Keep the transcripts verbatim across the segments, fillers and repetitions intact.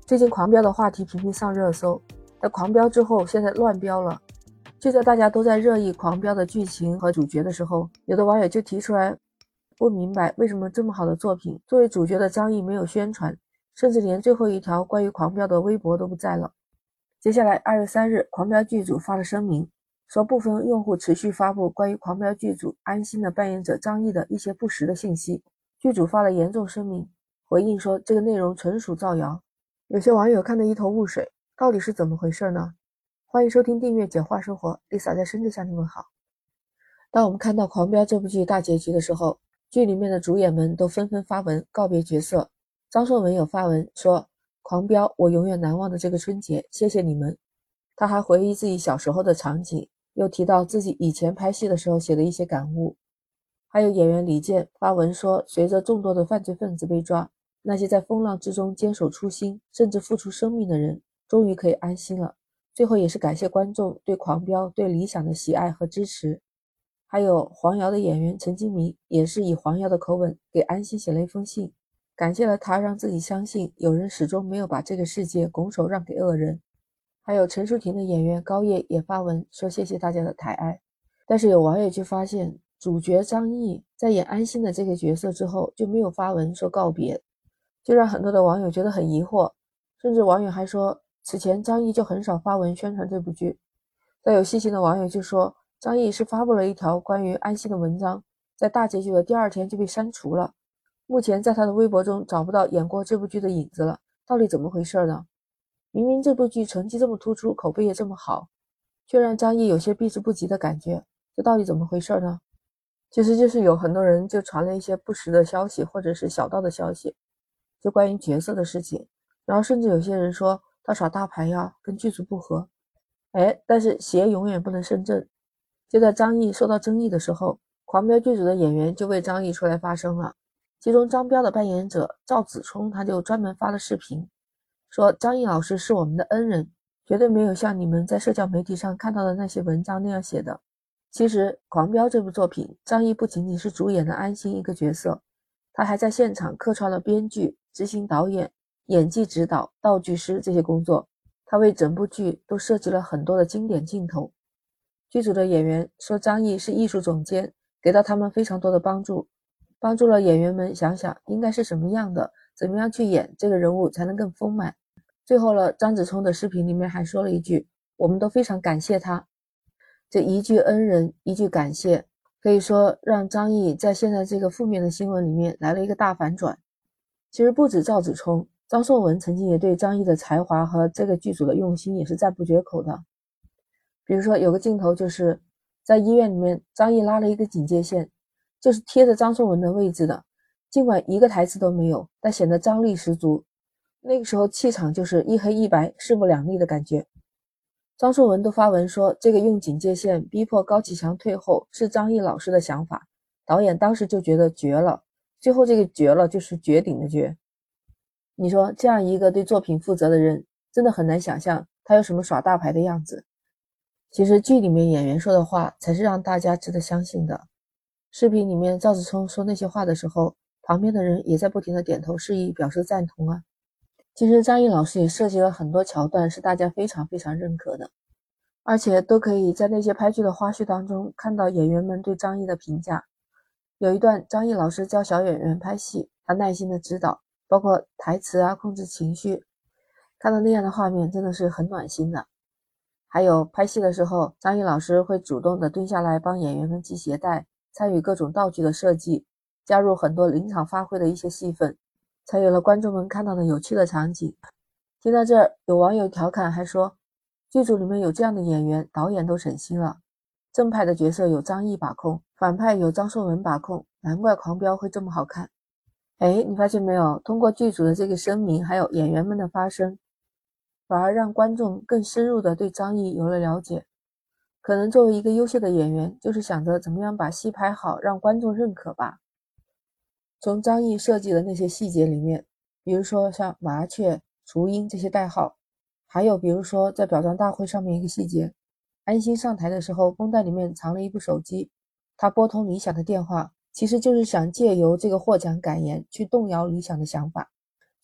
最近狂飙的话题频频上热搜，在狂飙之后现在乱飙了。就在大家都在热议狂飙的剧情和主角的时候，有的网友就提出来不明白为什么这么好的作品，作为主角的张译没有宣传，甚至连最后一条关于狂飙的微博都不在了。接下来二月三日，狂飙剧组发了声明，说部分用户持续发布关于狂飙剧组安心的扮演者张译的一些不实的信息，剧组发了严重声明，回应说这个内容纯属造谣。有些网友看得一头雾水，到底是怎么回事呢？欢迎收听订阅简化生活 Lisa 在深圳向你们好。当我们看到狂飙这部剧大结局的时候，剧里面的主演们都纷纷发文告别角色。张颂文有发文说，狂飙我永远难忘的这个春节，谢谢你们。他还回忆自己小时候的场景，又提到自己以前拍戏的时候写的一些感悟。还有演员李健发文说，随着众多的犯罪分子被抓，那些在风浪之中坚守初心甚至付出生命的人终于可以安心了。最后也是感谢观众对狂飙对理想的喜爱和支持。还有黄瑶的演员陈金明也是以黄瑶的口吻给安心写了一封信，感谢了他让自己相信有人始终没有把这个世界拱手让给恶人。还有陈淑婷的演员高叶也发文说谢谢大家的抬爱。但是有网友就发现，主角张译在演安心的这个角色之后就没有发文说告别，就让很多的网友觉得很疑惑，甚至网友还说此前张译就很少发文宣传这部剧。再有细心的网友就说，张译是发布了一条关于安心的文章，在大结局的第二天就被删除了，目前在他的微博中找不到演过这部剧的影子了，到底怎么回事呢？明明这部剧成绩这么突出，口碑也这么好，却让张译有些避之不及的感觉，这到底怎么回事呢？其实就是有很多人就传了一些不实的消息或者是小道的消息，就关于角色的事情，然后甚至有些人说他耍大牌呀，跟剧组不合。哎，但是邪永远不能胜正。就在张译受到争议的时候，狂飙剧组的演员就为张译出来发声了。其中张彪的扮演者赵子冲他就专门发了视频，说张译老师是我们的恩人，绝对没有像你们在社交媒体上看到的那些文章那样写的。其实狂飙这部作品，张译不仅仅是主演的安心一个角色，他还在现场客串了编剧、执行导演、演技指导、道具师这些工作，他为整部剧都设计了很多的经典镜头。剧组的演员说张译是艺术总监，给到他们非常多的帮助，帮助了演员们想想应该是什么样的，怎么样去演这个人物才能更丰满。最后了，张子聪的视频里面还说了一句，我们都非常感谢他。这一句恩人，一句感谢，可以说让张译在现在这个负面的新闻里面来了一个大反转。其实不止赵子聪，张颂文曾经也对张译的才华和这个剧组的用心也是赞不绝口的。比如说有个镜头就是在医院里面，张译拉了一个警戒线，就是贴着张颂文的位置的，尽管一个台词都没有，但显得张力十足。那个时候气场就是一黑一白，势不两立的感觉。张颂文都发文说，这个用警戒线逼迫高启强退后是张译老师的想法，导演当时就觉得绝了，最后这个绝了就是绝顶的绝。你说这样一个对作品负责的人，真的很难想象他有什么耍大牌的样子。其实剧里面演员说的话才是让大家值得相信的。视频里面赵子聪说那些话的时候，旁边的人也在不停的点头示意表示赞同啊。其实张译老师也设计了很多桥段是大家非常非常认可的，而且都可以在那些拍剧的花絮当中看到演员们对张译的评价。有一段张译老师教小演员拍戏，他耐心的指导，包括台词啊，控制情绪，看到那样的画面真的是很暖心的。还有拍戏的时候，张译老师会主动的蹲下来帮演员们系鞋带，参与各种道具的设计，加入很多临场发挥的一些戏份，才有了观众们看到的有趣的场景。听到这儿，有网友调侃还说，剧组里面有这样的演员，导演都省心了。正派的角色有张译把控，反派有张颂文把控，难怪狂飙会这么好看。哎，你发现没有，通过剧组的这个声明还有演员们的发声，反而让观众更深入的对张译有了了解。可能作为一个优秀的演员，就是想着怎么样把戏拍好，让观众认可吧。从张译设计的那些细节里面，比如说像麻雀、雏鹰这些代号，还有比如说在表彰大会上面一个细节，安心上台的时候，绷带里面藏了一部手机，他拨通理想的电话，其实就是想借由这个获奖感言去动摇理想的想法。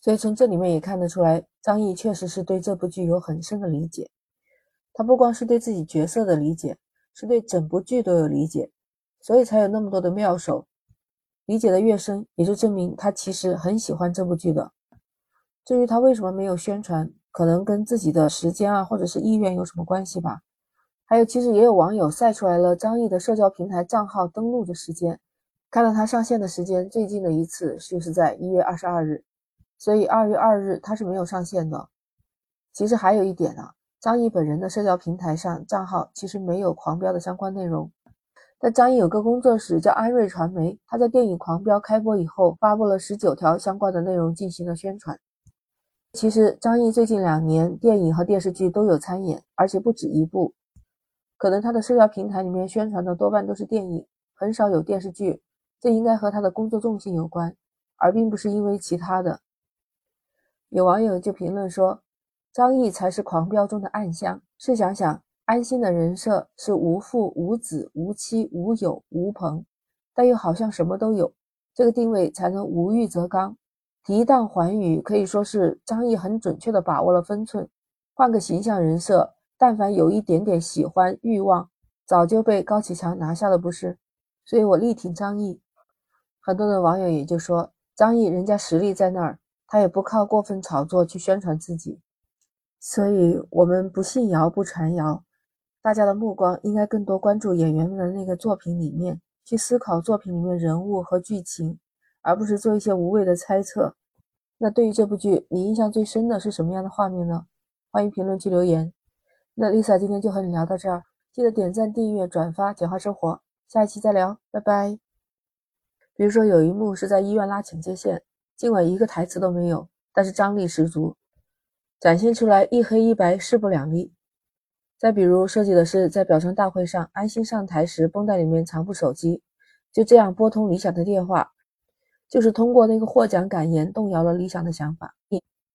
所以从这里面也看得出来，张译确实是对这部剧有很深的理解。他不光是对自己角色的理解，是对整部剧都有理解，所以才有那么多的妙手。理解的越深，也就证明他其实很喜欢这部剧的。至于他为什么没有宣传，可能跟自己的时间啊，或者是意愿有什么关系吧。还有，其实也有网友晒出来了张译的社交平台账号登录的时间，看到他上线的时间，最近的一次就是在一月二十二日，所以二月二日他是没有上线的。其实还有一点啊，张译本人的社交平台上账号其实没有狂飙的相关内容，但张译有个工作室叫安瑞传媒，他在电影狂飙开播以后发布了十九条相关的内容进行了宣传。其实张译最近两年电影和电视剧都有参演，而且不止一部。可能他的社交平台里面宣传的多半都是电影，很少有电视剧，这应该和他的工作重心有关，而并不是因为其他的。有网友就评论说，张译才是狂飙中的暗香。试想想，安心的人设是无父无子无妻无友无朋，但又好像什么都有，这个定位才能无欲则刚。提荡寰宇可以说是张译很准确地把握了分寸，换个形象人设，但凡有一点点喜欢欲望，早就被高启强拿下了不是？所以我力挺张译。很多的网友也就说，张译人家实力在那儿，他也不靠过分炒作去宣传自己。所以我们不信谣不传谣，大家的目光应该更多关注演员们的那个作品里面，去思考作品里面人物和剧情，而不是做一些无谓的猜测。那对于这部剧，你印象最深的是什么样的画面呢？欢迎评论区留言。那 Lisa 今天就和你聊到这儿，记得点赞、订阅、转发，简化生活。下一期再聊，拜拜。比如说有一幕是在医院拉警戒线，尽管一个台词都没有，但是张力十足，展现出来一黑一白势不两立。再比如设计的是在表彰大会上，安心上台时绷带里面藏部手机，就这样拨通理想的电话，就是通过那个获奖感言动摇了理想的想法。